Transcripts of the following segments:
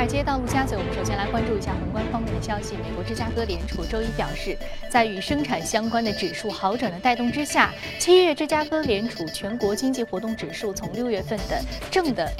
尔街到陆家嘴，我们首先来关注一下宏观方面的消息。美国芝加哥联储周一表示，在与生产相关的指数好转的带动之下，7月芝加哥联储全国经济活动指数从6月份的正的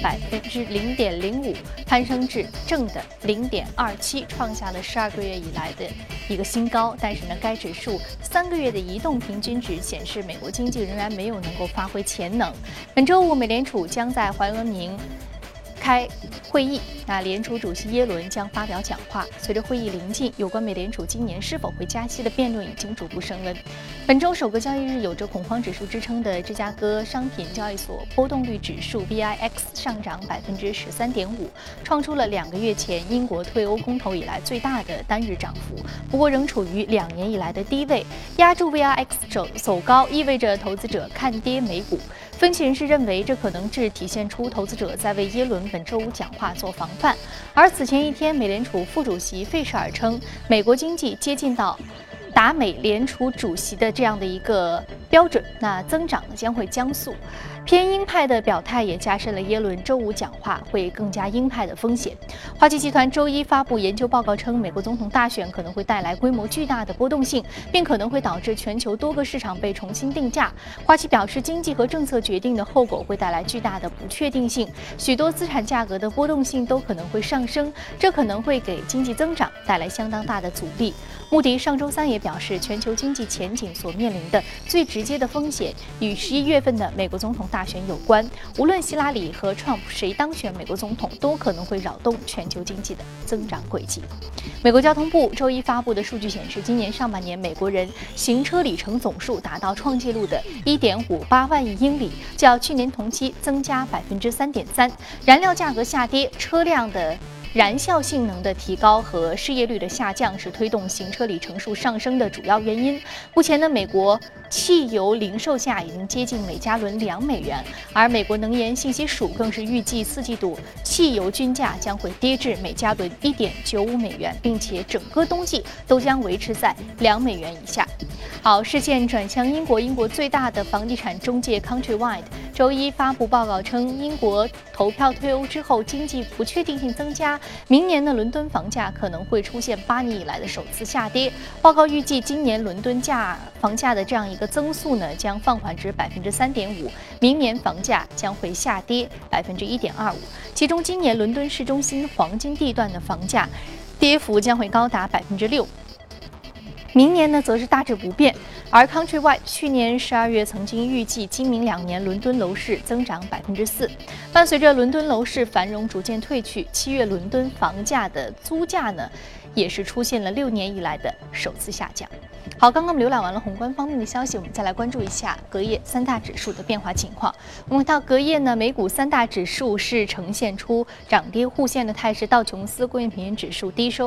0.05%攀升至正的0.27%，创下了12个月以来的一个新高。但是呢，该指数3个月的移动平均值显示，美国经济仍然没有能够发挥潜能。本周五，美联储将在怀俄明开会议，联储主席耶伦将发表讲话。随着会议临近，有关美联储今年是否会加息的辩论已经逐步升温。本周首个交易日有着恐慌指数支撑的芝加哥商品交易所波动率指数 VIX 上涨13.5%，创出了2个月前英国退欧公投以来最大的单日涨幅，不过仍处于2年以来的低位，压住 VIX 走高，意味着投资者看跌美股。分析人士认为，这可能是体现出投资者在为耶伦本周五讲话做防范。而此前一天，美联储副主席费舍尔称，美国经济接近到达美联储主席的这样的一个标准，增长将会加速。偏鹰派的表态也加深了耶伦周五讲话会更加鹰派的风险。花旗集团周一发布研究报告称，美国总统大选可能会带来规模巨大的波动性，并可能会导致全球多个市场被重新定价。花旗表示，经济和政策决定的后果会带来巨大的不确定性，许多资产价格的波动性都可能会上升，这可能会给经济增长带来相当大的阻力。穆迪上周三也表示，全球经济前景所面临的最直接的风险与11月份的美国总统大选有关，无论希拉里和 Trump 谁当选美国总统，都可能会扰动全球经济的增长轨迹。美国交通部周一发布的数据显示，今年上半年美国人行车里程总数达到创纪录的1.58万亿英里，较去年同期增加3.3%。燃料价格下跌，车辆的燃效性能的提高和失业率的下降是推动行车里程数上升的主要原因。目前呢，美国汽油零售价已经接近每加仑2美元，而美国能源信息署更是预计4季度汽油均价将会跌至每加仑1.95美元，并且整个冬季都将维持在2美元以下。好，视线转向英国，英国最大的房地产中介 Countrywide 周一发布报告称，英国投票退欧之后，经济不确定性增加，明年的伦敦房价可能会出现8年以来的首次下跌。报告预计，今年伦敦房价的这样一个增速呢，将放缓至3.5%，明年房价将会下跌1.25%。其中，今年伦敦市中心黄金地段的房价跌幅将会高达6%。明年呢，则是大致不变。而 Countrywide 去年12月曾经预计，今明2年伦敦楼市增长4%。伴随着伦敦楼市繁荣逐渐退去，7月伦敦房价的租价呢，也是出现了6年以来的首次下降。好，刚刚我们浏览完了宏观方面的消息，我们再来关注一下隔夜3大指数的变化情况。我们看到隔夜呢，美股3大指数是呈现出涨跌互现的态势，道琼斯工业平均指数低收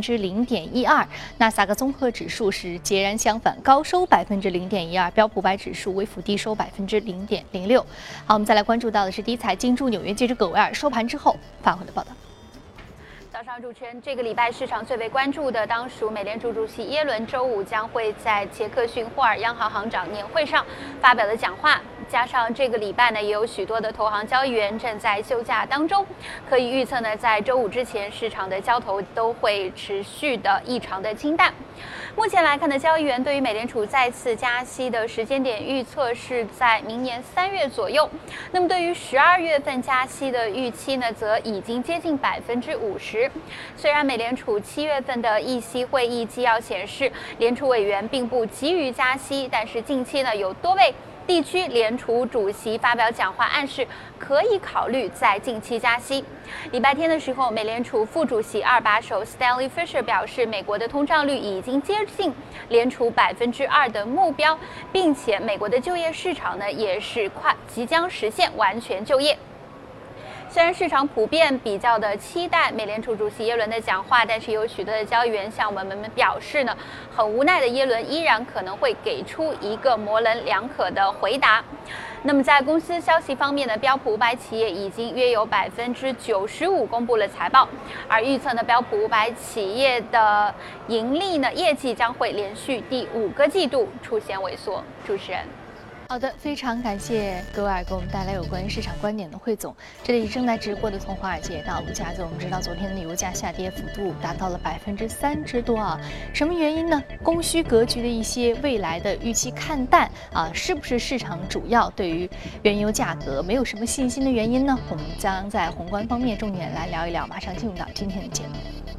0.12%，纳斯达克综合指数是截然相反，高收0.12%，标普500指数微幅低收0.06%。好，我们再来关注到的是第一财经驻纽约记者葛维尔收盘之后发回的报道。 早上主持人，这个礼拜市场最为关注的当属美联储主席耶伦周五将会在杰克逊霍尔央行行长年会上发表的讲话，加上这个礼拜呢，也有许多的投行交易员正在休假当中，可以预测呢，在周五之前，市场的交投都会持续的异常的清淡。目前来看呢，交易员对于美联储再次加息的时间点预测是在明年3月左右。那么对于12月份加息的预期呢，则已经接近50%。虽然美联储7月份的议息会议纪要显示，联储委员并不急于加息，但是近期呢，有多位地区联储主席发表讲话，暗示可以考虑在近期加息。礼拜天的时候，美联储副主席2把手 Stanley Fischer 表示，美国的通胀率已经接近联储2%的目标，并且美国的就业市场呢也是即将实现完全就业。虽然市场普遍比较的期待美联储主席耶伦的讲话，但是有许多的交易员向我们表示呢，很无奈的耶伦依然可能会给出一个模棱两可的回答。那么在公司消息方面呢，标普500企业已经约有95%公布了财报，而预测呢，标普500企业的盈利呢业绩将会连续第5个季度出现萎缩。主持人。 好的，非常感谢格瓦尔给我们带来有关于市场观点的汇总。这里正在直播的从华尔街到陆家嘴，我们知道昨天的油价下跌幅度达到了3%之多啊，什么原因呢？供需格局的一些未来的预期看淡啊，是不是市场主要对于原油价格没有什么信心的原因呢？我们将在宏观方面重点来聊一聊，马上进入到今天的节目。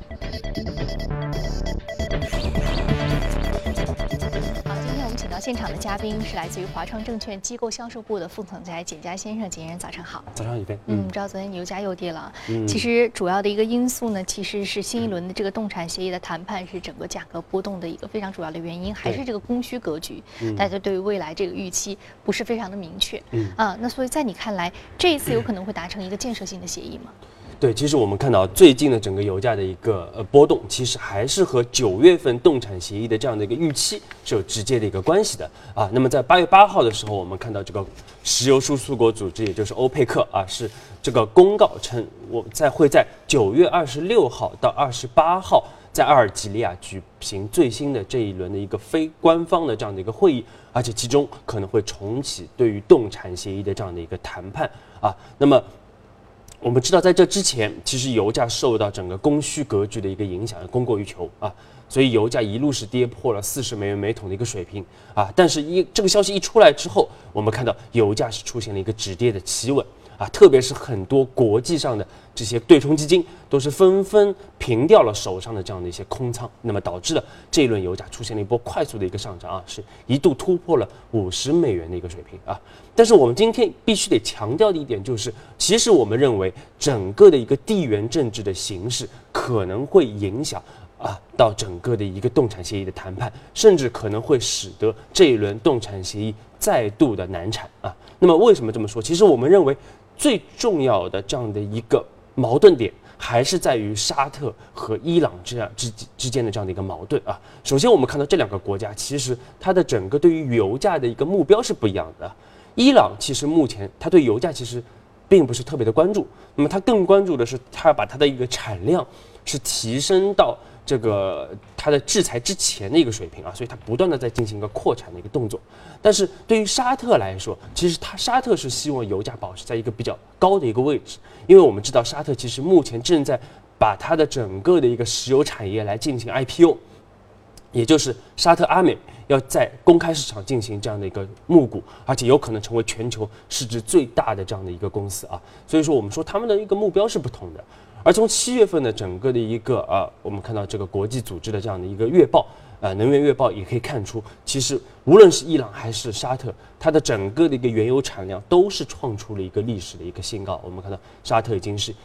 请到现场的嘉宾是来自于华创证券机构销售部的副总裁简佳先生，简人早上好。 早上一遍。 知道昨天油价又跌了。其实主要的一个因素呢，其实是新一轮的这个动产协议的谈判是整个价格波动的一个非常主要的原因，还是这个供需格局，大家对于未来这个预期不是非常的明确。那所以在你看来，这一次有可能会达成一个建设性的协议吗？ 对，其实我们看到最近的整个油价的一个波动，其实还是和9月份动产协议的这样的一个预期是有直接的一个关系的啊。那么在8月8号的时候，我们看到这个石油输出国组织，也就是欧佩克啊，是这个公告称，会在9月26号到28号在阿尔及利亚举行最新的这一轮的一个非官方的这样的一个会议，而且其中可能会重启对于动产协议的这样的一个谈判啊。那么我们知道，在这之前，其实油价受到整个供需格局的一个影响，供过于求啊，所以油价一路是跌破了40美元每桶的一个水平啊。但是这个消息一出来之后，我们看到油价是出现了一个止跌的企稳啊，特别是很多国际上的这些对冲基金都是纷纷平掉了手上的这样的一些空仓，那么导致了这一轮油价出现了一波快速的一个上涨啊，是一度突破了50美元的一个水平啊。但是我们今天必须得强调的一点就是，其实我们认为整个的一个地缘政治的形势可能会影响到整个的一个动产协议的谈判，甚至可能会使得这一轮动产协议再度的难产啊。那么为什么这么说？其实我们认为最重要的这样的一个矛盾点，还是在于沙特和伊朗这样之间的这样的一个矛盾啊。首先，我们看到这两个国家其实它的整个对于油价的一个目标是不一样的。伊朗其实目前它对油价其实并不是特别的关注，那么它更关注的是它要把它的一个产量是提升到这个它的制裁之前的一个水平啊，所以它不断的在进行一个扩产的一个动作。但是对于沙特来说，其实沙特是希望油价保持在一个比较高的一个位置，因为我们知道沙特其实目前正在把它的整个的一个石油产业来进行 IPO， 也就是沙特阿美要在公开市场进行这样的一个募股，而且有可能成为全球市值最大的这样的一个公司啊。所以说我们说他们的一个目标是不同的。而从7月份的整个的一个我们看到这个国际组织的这样的一个月报，能源月报也可以看出，其实无论是伊朗还是沙特，它的整个的一个原油产量都是创出了一个历史的一个新高。我们看到沙特已经是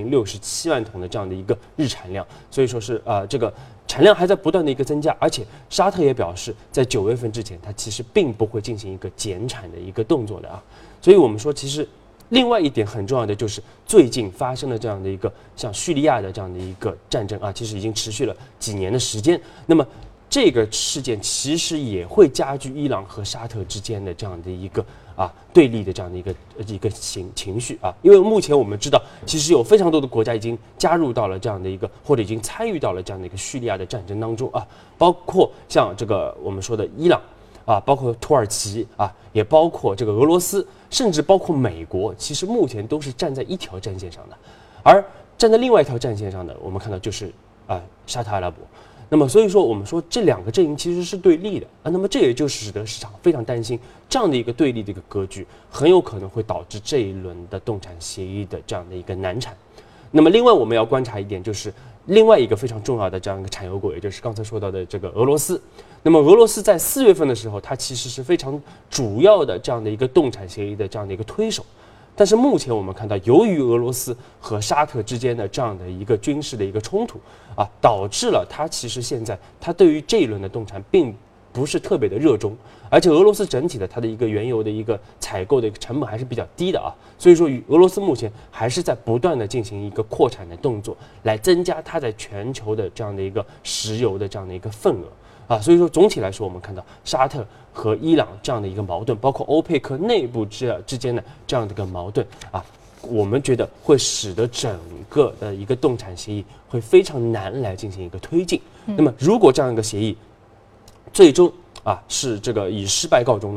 1067万桶的这样的一个日产量，所以说是这个产量还在不断的一个增加，而且沙特也表示，在9月份之前，它其实并不会进行一个减产的一个动作的啊。所以我们说，其实另外一点很重要的就是最近发生的这样的一个像叙利亚的这样的一个战争啊，其实已经持续了几年的时间。那么这个事件其实也会加剧伊朗和沙特之间的这样的一个对立的这样的一个情绪啊。因为目前我们知道，其实有非常多的国家已经加入到了这样的一个，或者已经参与到了这样的一个叙利亚的战争当中啊，包括像这个我们说的伊朗包括土耳其也包括这个俄罗斯，甚至包括美国，其实目前都是站在一条战线上的。而站在另外一条战线上的，我们看到就是沙特阿拉伯。那么所以说，我们说这两个阵营其实是对立的那么这也就使得市场非常担心，这样的一个对立的一个格局，很有可能会导致这一轮的动产协议的这样的一个难产。那么另外我们要观察一点，就是另外一个非常重要的这样一个产油国，也就是刚才说到的这个俄罗斯。那么俄罗斯在4月份的时候，它其实是非常主要的这样的一个动产协议的这样的一个推手。但是目前我们看到，由于俄罗斯和沙特之间的这样的一个军事的一个冲突导致了它其实现在它对于这一轮的动产并不是特别的热衷，而且俄罗斯整体的它的一个原油的一个采购的一个成本还是比较低的所以说俄罗斯目前还是在不断的进行一个扩产的动作，来增加它在全球的这样的一个石油的这样的一个份额所以说总体来说，我们看到沙特和伊朗这样的一个矛盾，包括欧佩克内部之间的这样的一个矛盾我们觉得会使得整个的一个动产协议会非常难来进行一个推进。那么如果这样一个协议最终是这个以失败告终的话，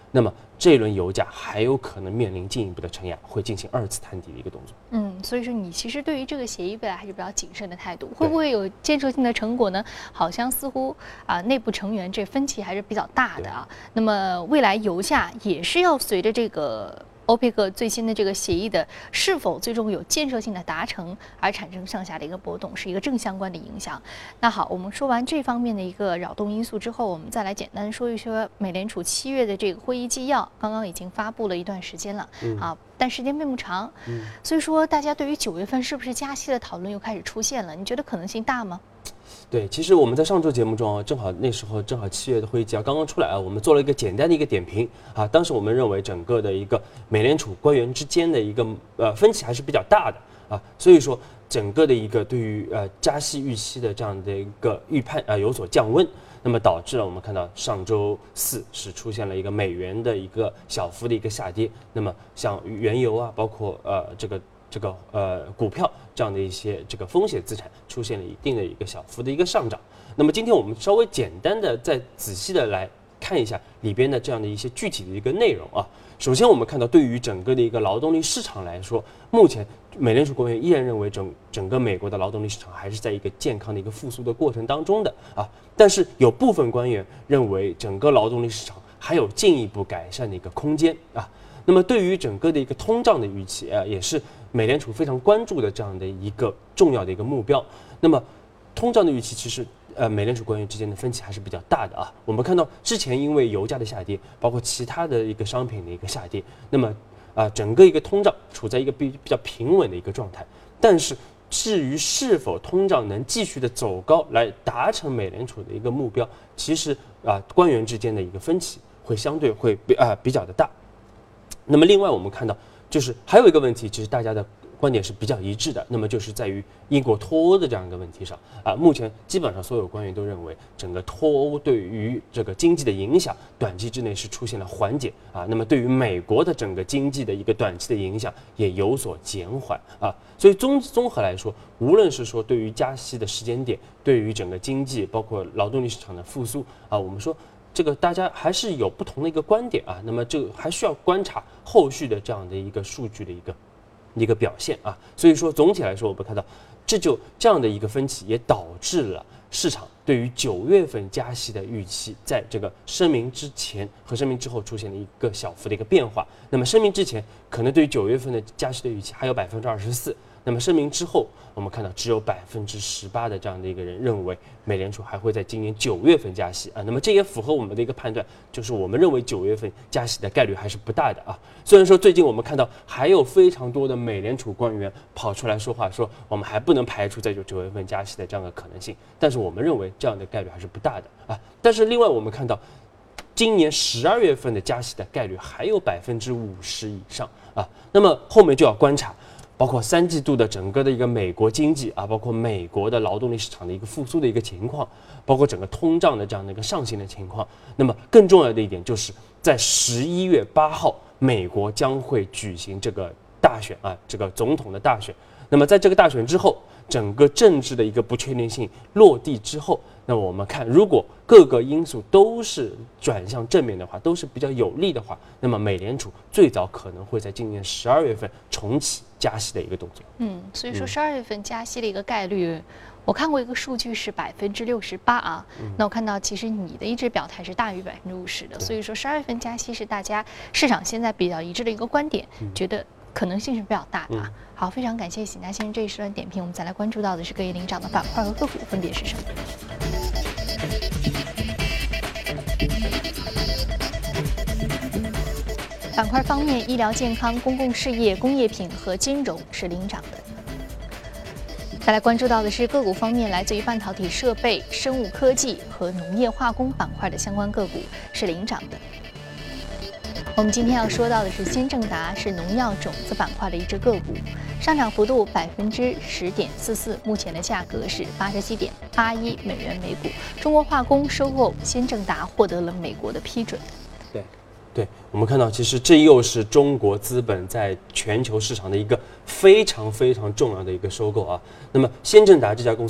那么这一轮油价还有可能面临进一步的承压，会进行2次探底的一个动作。 所以说你其实对于这个协议未来还是比较谨慎的态度，会不会有建设性的成果呢？好像似乎内部成员这分歧还是比较大的啊。那么未来油价也是要随着这个欧佩克最新的这个协议的是否最终有建设性的达成而产生上下的一个波动，是一个正相关的影响。那好，我们说完这方面的一个扰动因素之后，我们再来简单说一说美联储7月的这个会议纪要，刚刚已经发布了一段时间了但时间并不长，所以说大家对于9月份是不是加息的讨论又开始出现了，你觉得可能性大吗？ 对，其实我们在上周节目中那时候正好7月的会议纪要刚刚出来我们做了一个简单的一个点评当时我们认为整个的一个美联储官员之间的一个分歧还是比较大的所以说整个的一个对于加息预期的这样的一个预判有所降温，那么导致了我们看到上周4是出现了一个美元的一个小幅的一个下跌，那么像原油包括这个股票这样的一些这个风险资产出现了一定的一个小幅的一个上涨。那么今天我们稍微简单的再仔细的来看一下里边的这样的一些具体的一个内容首先我们看到对于整个的一个劳动力市场来说，目前美联储官员依然认为整个美国的劳动力市场还是在一个健康的一个复苏的过程当中的但是有部分官员认为整个劳动力市场还有进一步改善的一个空间那么对于整个的一个通胀的预期也是美联储非常关注的这样的一个重要的一个目标。那么通胀的预期其实美联储官员之间的分歧还是比较大的我们看到之前因为油价的下跌，包括其他的一个商品的一个下跌，那么整个一个通胀处在一个比较平稳的一个状态。但是至于是否通胀能继续的走高来达成美联储的一个目标，其实官员之间的一个分歧会相对会比较的大。那么另外我们看到就是还有一个问题，其实大家的观点是比较一致的，那么就是在于英国脱欧的这样一个问题上目前基本上所有官员都认为整个脱欧对于这个经济的影响短期之内是出现了缓解那么对于美国的整个经济的一个短期的影响也有所减缓所以综合来说，无论是说对于加息的时间点，对于整个经济包括劳动力市场的复苏我们说这个大家还是有不同的一个观点那么这个还需要观察后续的这样的一个数据的一个表现所以说总体来说我们看到这样的一个分歧也导致了市场对于9月份加息的预期在这个声明之前和声明之后出现了一个小幅的一个变化。那么声明之前可能对于9月份的加息的预期还有24%，那么声明之后我们看到只有18%的这样的一个人认为美联储还会在今年9月份加息那么这也符合我们的一个判断，就是我们认为9月份加息的概率还是不大的虽然说最近我们看到还有非常多的美联储官员跑出来说话，说我们还不能排除在9月份加息的这样的可能性，但是我们认为这样的概率还是不大的但是另外我们看到今年12月份的加息的概率还有50%以上那么后面就要观察包括3季度的整个的一个美国经济包括美国的劳动力市场的一个复苏的一个情况，包括整个通胀的这样的一个上行的情况。那么更重要的一点就是在11月8号美国将会举行这个大选这个总统的大选。那么在这个大选之后，整个政治的一个不确定性落地之后，那我们看如果各个因素都是转向正面的话，都是比较有利的话，那么美联储最早可能会在今年12月份重启加息的一个动作。 所以说12月份加息的一个概率，我看过一个数据是68%那我看到其实你的一致表态是大于50%的，所以说12月份加息是大家市场现在比较一致的一个观点，觉得可能性是比较大的好，非常感谢邢家先生这一时段点评。我们再来关注到的是各业领涨的板块和个股分别是什么。板块方面，医疗健康、公共事业、工业品和金融是领涨的。再来关注到的是个股方面，来自于半导体设备、生物科技和农业化工板块的相关个股是领涨的。我们今天要说到的是先正达，是农药种子板块的一只个股，上涨幅度10.44%，目前的价格是87.81美元每股。中国化工收购先正达获得了美国的批准。 对，我们看到其实这又是中国资本在全球市场的一个非常非常重要的一个收购那么先正达这家公司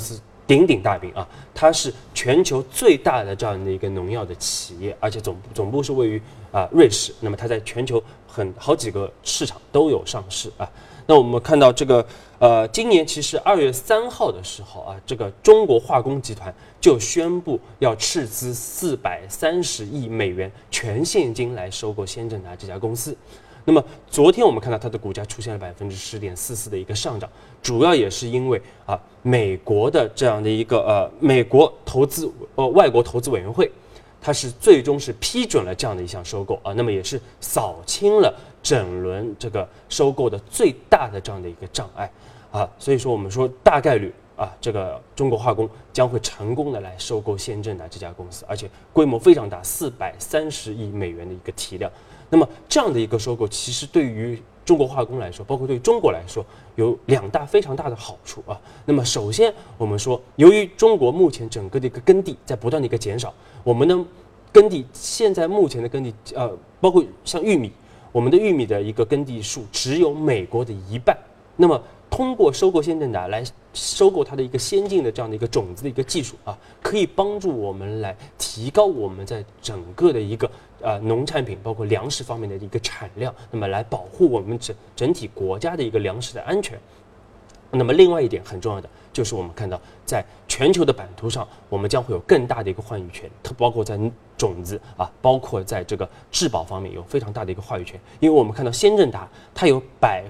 鼎鼎大名啊，它是全球最大的这样的一个农药的企业，而且总部是位于瑞士。那么它在全球好几个市场都有上市啊。那我们看到这个今年其实2月3号的时候啊，这个中国化工集团就宣布要斥资430亿美元全现金来收购先正达这家公司。那么昨天我们看到它的股价出现了10.44%的一个上涨，主要也是因为美国的这样的一个美国外国投资委员会，它是最终是批准了这样的一项收购啊，那么也是扫清了整轮这个收购的最大的这样的一个障碍啊，所以说我们说大概率这个中国化工将会成功的来收购先正达这家公司，而且规模非常大，430亿美元的一个体量。那么这样的一个收购，其实对于中国化工来说，包括对中国来说，有2大非常大的好处啊。那么首先，我们说，由于中国目前整个的一个耕地在不断的一个减少，我们的耕地现在目前的耕地包括像玉米，我们的玉米的一个耕地数只有美国的1半。那么通过收购先正达来收购它的一个先进的这样的一个种子的一个技术可以帮助我们来提高我们在整个的一个农产品包括粮食方面的一个产量，那么来保护我们整体国家的一个粮食的安全。那么另外一点很重要的就是我们看到在全球的版图上，我们将会有更大的一个话语权，包括在种子包括在这个质保方面有非常大的一个话语权。因为我们看到先正达它有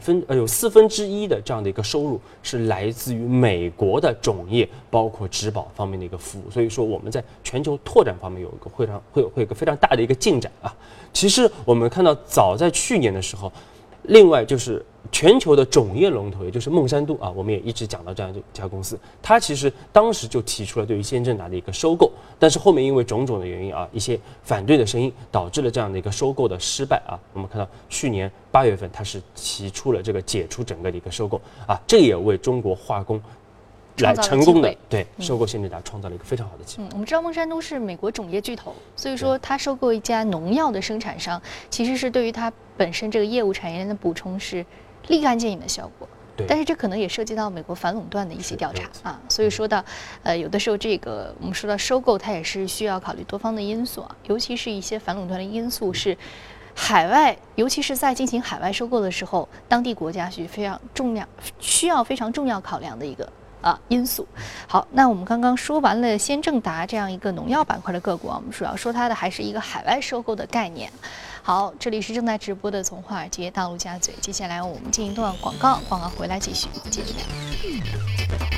1/4的这样的一个收入是来自于美国的种业包括质保方面的一个服务，所以说我们在全球拓展方面会有一个非常大的一个进展其实我们看到早在去年的时候，另外就是全球的种业龙头，也就是孟山都我们也一直讲到这样一家公司，它其实当时就提出了对于先正达的一个收购，但是后面因为种种的原因一些反对的声音导致了这样的一个收购的失败我们看到去年8月份，它是提出了这个解除整个的一个收购这也为中国化工来成功的收购先正达创造了一个非常好的机会。 我们知道孟山都是美国种业巨头，所以说它收购一家农药的生产商，其实是对于它本身这个业务产业链的补充是立竿见影的效果。但是这可能也涉及到美国反垄断的一些调查所以说到有的时候这个我们说到收购，它也是需要考虑多方的因素尤其是一些反垄断的因素是海外，尤其是在进行海外收购的时候，当地国家需要非常重要考量的一个因素。好，那我们刚刚说完了先正达这样一个农药板块的个股我们主要说它的还是一个海外收购的概念。好，这里是正在直播的从华尔街到陆家嘴，接下来我们进一段广告回来继续接着聊。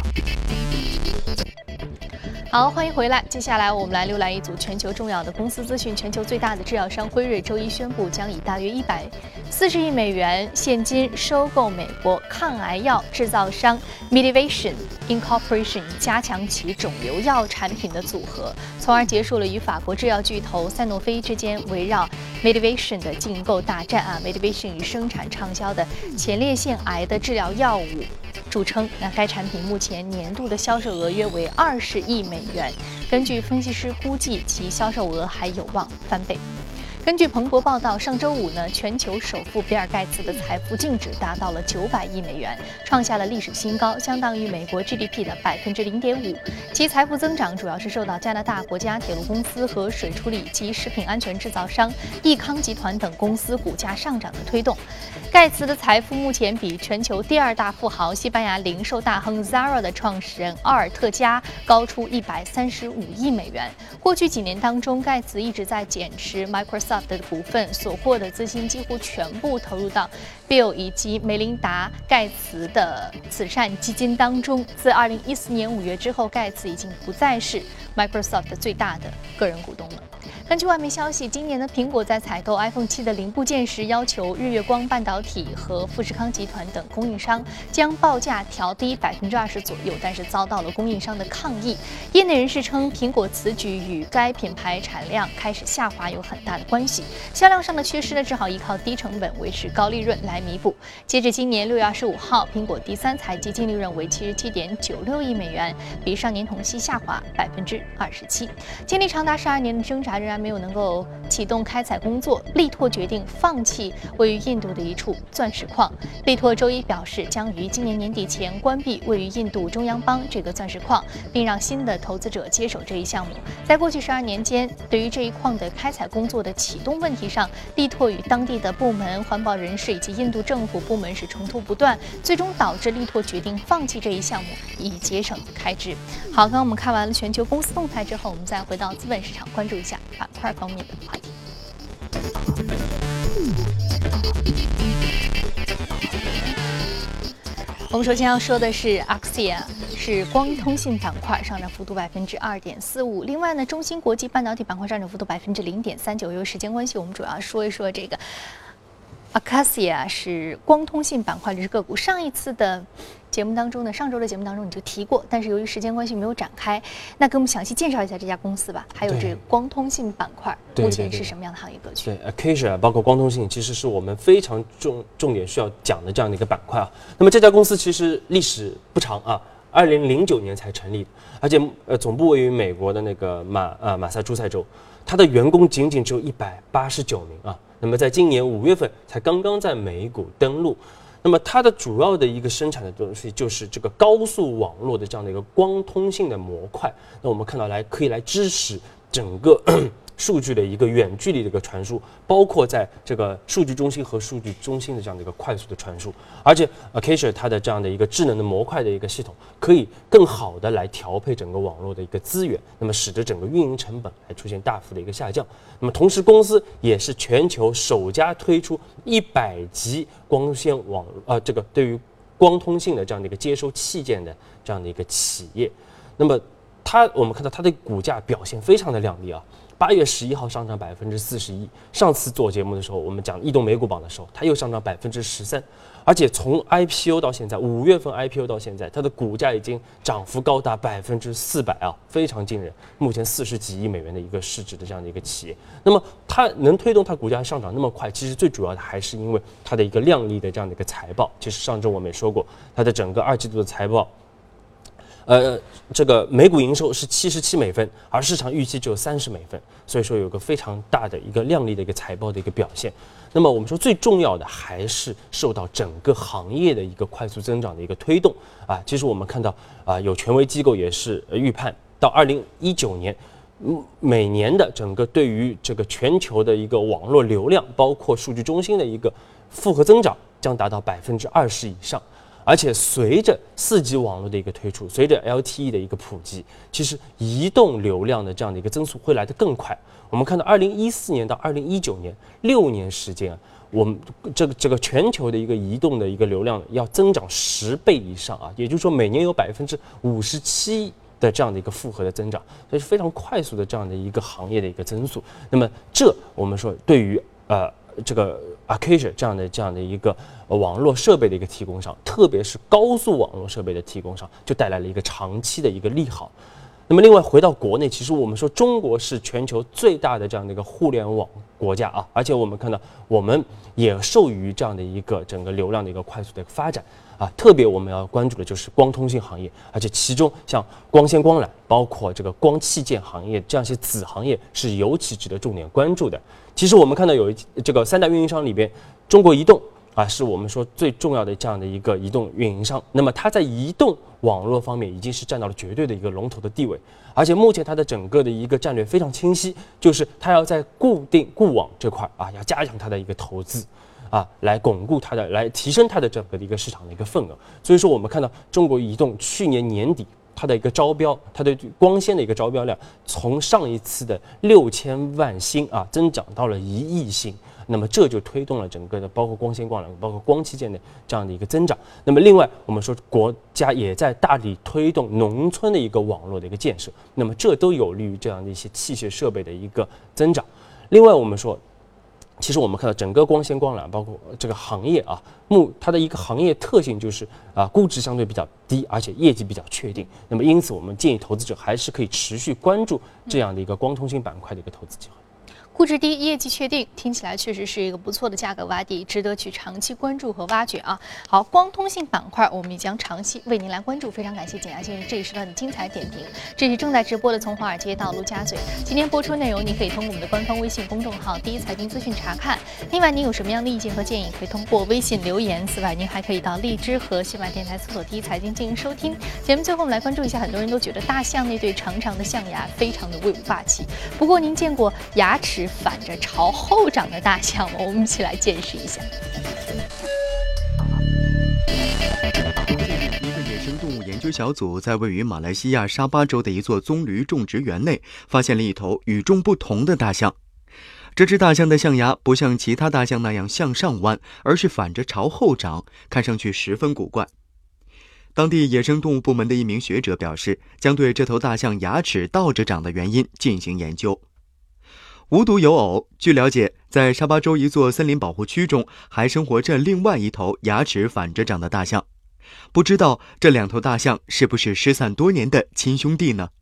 好，欢迎回来。接下来我们来浏览一组全球重要的公司资讯。全球最大的制药商辉瑞周一宣布，将以大约140亿美元现金收购美国抗癌药制造商 Medivation Incorporation， 加强其肿瘤药产品的组合，从而结束了与法国制药巨头赛诺菲之间围绕 Medivation 的竞购大战Medivation 以生产畅销的前列腺癌的治疗药物著称，那该产品目前年度的销售额约为20亿美元。根据分析师估计，其销售额还有望翻倍。根据彭博报道，上周五呢，全球首富比尔盖茨的财富净值达到了900亿美元，创下了历史新高，相当于美国 GDP 的0.5%。其财富增长主要是受到加拿大国家铁路公司和水处理及食品安全制造商益康集团等公司股价上涨的推动。盖茨的财富目前比全球第2大富豪西班牙零售大亨 Zara 的创始人奥尔特加高出135亿美元。过去几年当中，盖茨一直在减持 Microsoft的股份，所获的资金几乎全部投入到 Bill 以及梅琳达·盖茨的慈善基金当中。自2014年5月之后，盖茨已经不再是 Microsoft 的最大的个人股东了。根据外媒消息，今年的苹果在采购 iPhone 7的零部件时，要求日月光半导体和富士康集团等供应商将报价调低20%左右，但是遭到了供应商的抗议。业内人士称，苹果此举与该品牌产量开始下滑有很大的关系，销量上的缺失呢，只好依靠低成本维持高利润来弥补。截至今年6月25号，苹果第3财季净利润为77.96亿美元，比上年同期下滑27%。经历长达12年的挣扎，仍然没有能够启动开采工作，力拓决定放弃位于印度的一处钻石矿。力拓周一表示，将于今年年底前关闭位于印度中央邦这个钻石矿，并让新的投资者接手这一项目。在过去12年间，对于这一矿的开采工作的启动问题上，力拓与当地的部门、环保人士以及印度政府部门是冲突不断，最终导致力拓决定放弃这一项目，以节省开支。好，刚刚我们看完了全球公司动态之后，我们再回到资本市场，关注一下板块方面的话题。我们首先要说的是 Axia， 是光通信板块上涨幅度2.45%。另外呢，中芯国际半导体板块上涨幅度0.39%。由于时间关系，我们主要说一说这个 Axia 是光通信板块的个股。上周的节目当中，你就提过，但是由于时间关系没有展开。那给我们详细介绍一下这家公司吧，还有这个光通信板块目前是什么样的行业格局？ 对 ，Acacia 包括光通信，其实是我们非常重点需要讲的这样的一个板块啊。那么这家公司其实历史不长啊，2009年才成立的，而且总部位于美国的那个马萨诸塞州，它的员工仅仅只有189名啊。那么在今年5月份才刚刚在美股登陆。那么它的主要的一个生产的东西就是这个高速网络的这样的一个光通信的模块。那我们看到可以来支持整个数据的一个远距离的一个传输，包括在这个数据中心和数据中心的这样的一个快速的传输。而且 Acacia 它的这样的一个智能的模块的一个系统，可以更好的来调配整个网络的一个资源，那么使得整个运营成本来出现大幅的一个下降。那么同时，公司也是全球首家推出100级光纤网这个对于光通信的这样的一个接收器件的这样的一个企业。那么我们看到它的股价表现非常的亮丽啊。8月11号上涨41%，上次做节目的时候，我们讲异动美股榜的时候，它又上涨13%，而且从 IPO 到现在，5月份 IPO 到现在，它的股价已经涨幅高达400%啊，非常惊人。目前40几亿美元的一个市值的这样的一个企业，那么它能推动它股价上涨那么快，其实最主要的还是因为它的一个亮丽的这样的一个财报。其实上周我们也说过，它的整个2季度的财报。这个每股营收是77美分，而市场预期只有30美分，所以说有个非常大的一个亮丽的一个财报的一个表现。那么我们说最重要的还是受到整个行业的一个快速增长的一个推动啊。其实我们看到有权威机构也是预判到2019年。每年的整个对于这个全球的一个网络流量，包括数据中心的一个复合增长，将达到20%以上。而且随着4G 网络的一个推出，随着 LTE 的一个普及，其实移动流量的这样的一个增速会来得更快。我们看到2014年到2019年6年时间，我们这个全球的一个移动的一个流量要增长10倍以上啊，也就是说每年有57%的这样的一个复合的增长，所以是非常快速的这样的一个行业的一个增速。那么这我们说对于这个 Acacia 这样的一个网络设备的一个提供商，特别是高速网络设备的提供商，就带来了一个长期的一个利好。那么另外回到国内，其实我们说中国是全球最大的这样的一个互联网国家啊，而且我们看到我们也受益于这样的一个整个流量的一个快速的发展啊，特别我们要关注的就是光通信行业，而且其中像光纤光缆，包括这个光器件行业这样一些子行业是尤其值得重点关注的。其实我们看到有这个3大运营商里边，中国移动是我们说最重要的这样的一个移动运营商。那么它在移动网络方面已经是占到了绝对的一个龙头的地位，而且目前它的整个的一个战略非常清晰，就是它要在固网这块要加强它的一个投资。来巩固它的，来提升它的整个的一个市场的一个份额。所以说，我们看到中国移动去年年底它的一个招标，它的光纤的一个招标量，从上一次的6000万芯增长到了1亿芯。那么这就推动了整个的包括光纤光缆、包括光器件的这样的一个增长。那么另外，我们说国家也在大力推动农村的一个网络的一个建设，那么这都有利于这样的一些器械设备的一个增长。另外，我们说。其实我们看到整个光纤光缆，包括这个行业它的一个行业特性就是估值相对比较低，而且业绩比较确定。那么因此，我们建议投资者还是可以持续关注这样的一个光通信板块的一个投资机会。 估值低，业绩确定，听起来确实是一个不错的价格洼地，值得去长期关注和挖掘啊。好，光通信板块我们也将长期为您来关注。非常感谢简亚先生这一时段的精彩点评。这是正在直播的从华尔街到陆家嘴，今天播出内容，您可以通过我们的官方微信公众号第一财经资讯查看。另外，您有什么样的意见和建议，可以通过微信留言。此外，您还可以到荔枝和喜马电台搜索第一财经进行收听。节目最后，我们来关注一下，很多人都觉得大象那对长长的象牙非常的威武霸气。不过，您见过牙齿反着朝后长的大象吗？我们一起来见识一下。 一个野生动物研究小组在位于马来西亚沙巴州的一座棕榈种植园内，发现了一头与众不同的大象。这只大象的象牙不像其他大象那样向上弯，而是反着朝后长，看上去十分古怪。当地野生动物部门的一名学者表示，将对这头大象牙齿倒着长的原因进行研究。无独有偶，据了解，在沙巴州一座森林保护区中，还生活着另外一头牙齿反着长的大象。不知道这两头大象是不是失散多年的亲兄弟呢？